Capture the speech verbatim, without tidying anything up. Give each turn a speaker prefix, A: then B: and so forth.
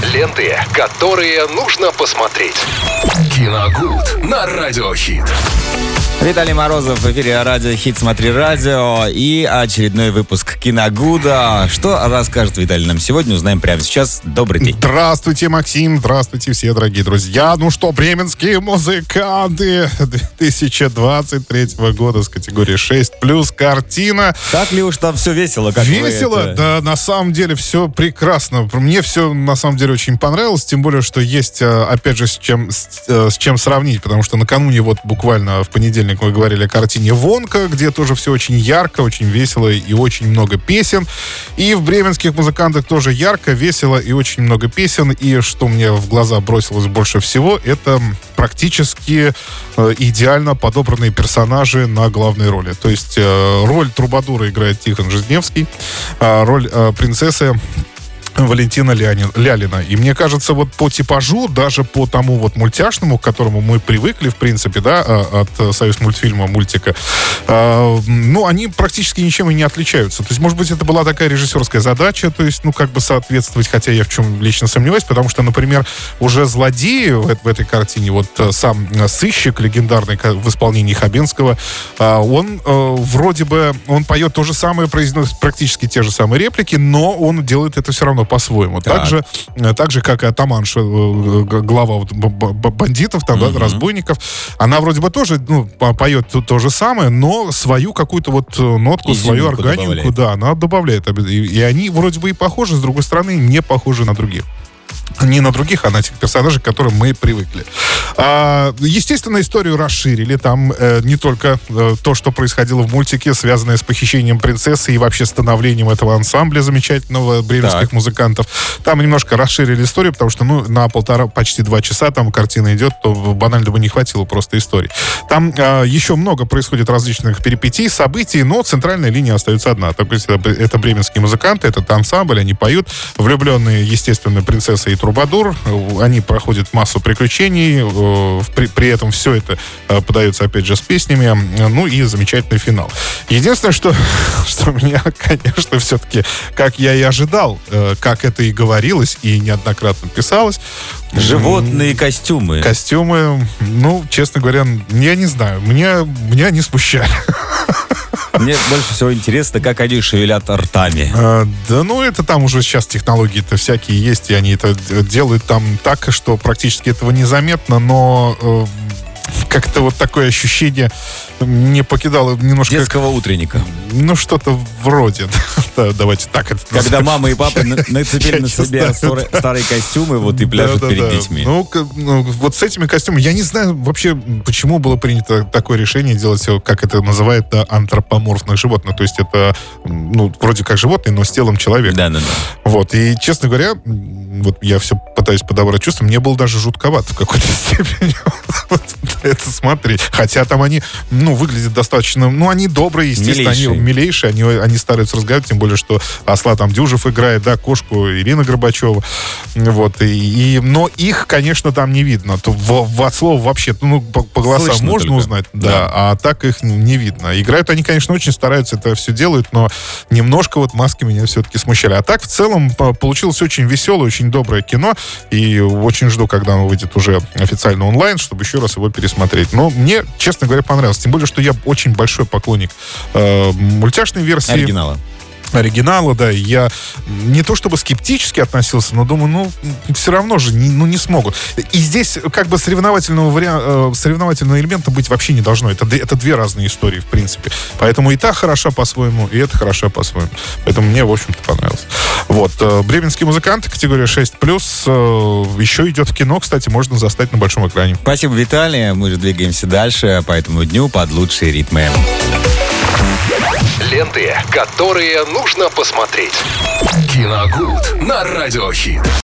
A: Ленты, которые нужно посмотреть. Киногуд на Радиохит.
B: Виталий Морозов в эфире радио «Хит, смотри радио» и очередной выпуск «Киногуда». Что расскажет Виталий нам сегодня, узнаем прямо сейчас. Добрый день.
C: Здравствуйте, Максим. Здравствуйте, все дорогие друзья. Ну что, бременские музыканты две тысячи двадцать третьего года с категории шесть плюс картина.
B: Так ли уж там все весело? Как
C: Весело?
B: это...
C: Да, на самом деле все прекрасно. Мне все на самом деле очень понравилось, тем более, что есть, опять же, с чем, с, с чем сравнить, потому что накануне, вот буквально в понедельник, мы говорили о картине «Вонка», где тоже все очень ярко, очень весело и очень много песен. И в «Бременских музыкантах» тоже ярко, весело и очень много песен. И что мне в глаза бросилось больше всего, это практически э, идеально подобранные персонажи на главной роли. То есть э, роль Трубадура играет Тихон Жизневский, э, роль э, принцессы Валентина Лянин, Лялина. И мне кажется, вот по типажу, даже по тому вот мультяшному, к которому мы привыкли, в принципе, да, от Союзмультфильма, мультика, э, ну, они практически ничем и не отличаются. То есть, может быть, это была такая режиссерская задача, то есть, ну, как бы соответствовать, хотя я в чем лично сомневаюсь, потому что, например, уже злодеи в, в этой картине, вот сам сыщик легендарный в исполнении Хабенского, э, он э, вроде бы, он поет то же самое, произносит практически те же самые реплики, но он делает это все равно по-своему. Так. Так же, так же, как и атаманша, глава вот бандитов, там, mm-hmm. да, разбойников, она вроде бы тоже, ну, поет то, то же самое, но свою какую-то вот нотку, свою органику, добавляет. Да, она добавляет. И, и они вроде бы и похожи, с другой стороны, не похожи на других. Не на других, а на тех персонажей, к которым мы привыкли. А, естественно, историю расширили. Там э, не только э, то, что происходило в мультике, связанное с похищением принцессы и вообще становлением этого ансамбля замечательного бременских так. музыкантов. Там немножко расширили историю, потому что ну, на полтора, почти два часа там картина идет, то банально бы не хватило просто истории. Там э, еще много происходит различных перипетий, событий, но центральная линия остается одна. То есть это, это бременские музыканты, этот ансамбль, они поют. Влюбленные, естественно, принцесса и Трубадур. Они проходят массу приключений. При, при этом все это подается, опять же, с песнями. Ну и замечательный финал. Единственное, что, что у меня, конечно, все-таки, как я и ожидал, как это и говорилось, и неоднократно писалось.
B: Животные костюмы.
C: Костюмы, ну, честно говоря, я не знаю. Меня, меня не смущали.
B: Мне больше всего интересно, как они шевелят ртами.
C: А, да, ну, это там уже сейчас технологии-то всякие есть, и они это делают там так, что практически этого незаметно, но э, как-то вот такое ощущение не покидало немножко...
B: Детского утренника.
C: Ну, что-то вроде. Да, давайте так это
B: Когда назовем. Мама и папа нацепили на себя старые, старые костюмы вот и пляшут да, да, перед да. детьми.
C: Ну, ну, вот с этими костюмами, я не знаю вообще, почему было принято такое решение делать, как это называют, да, антропоморфных животных. То есть это, ну, вроде как животные, но с телом человека.
B: Да, да, да.
C: Вот, и, честно говоря, вот я все пытаюсь подобрать чувства, мне было даже жутковато в какой-то степени это смотреть. Хотя там они, ну, выглядят достаточно, ну, они добрые, естественно, милейшие. они милейшие, они, они стараются разговаривать, тем более, что Осла там Дюжев играет, да, кошку Ирина Горбачева, вот, и, и но их, конечно, там не видно. То в, в от слова вообще, ну, по, по голосам Слышно можно только. узнать, да, да, а так их не видно. Играют они, конечно, очень стараются, это все делают, но немножко вот маски меня все-таки смущали. А так, в целом, получилось очень веселое, очень доброе кино, и очень жду, когда оно выйдет уже официально онлайн, чтобы еще раз его пересмотреть. Но мне, честно говоря, понравилось. Тем более, что я очень большой поклонник э, мультяшной версии.
B: Оригинала.
C: оригинала, да, я не то чтобы скептически относился, но думаю, ну, все равно же, не, ну, не смогут. И здесь как бы соревновательного, вариа... соревновательного элемента быть вообще не должно. Это, это две разные истории, в принципе. Поэтому и та хороша по-своему, и это хороша по-своему. Поэтому мне, в общем-то, понравилось. Вот. Бременские музыканты, категория шесть плюс, еще идет в кино, кстати, можно застать на большом экране.
B: Спасибо, Виталий. Мы же двигаемся дальше по этому дню под лучшие ритмы.
A: Ленты, которые нужно посмотреть. Киногуд на Радиохит.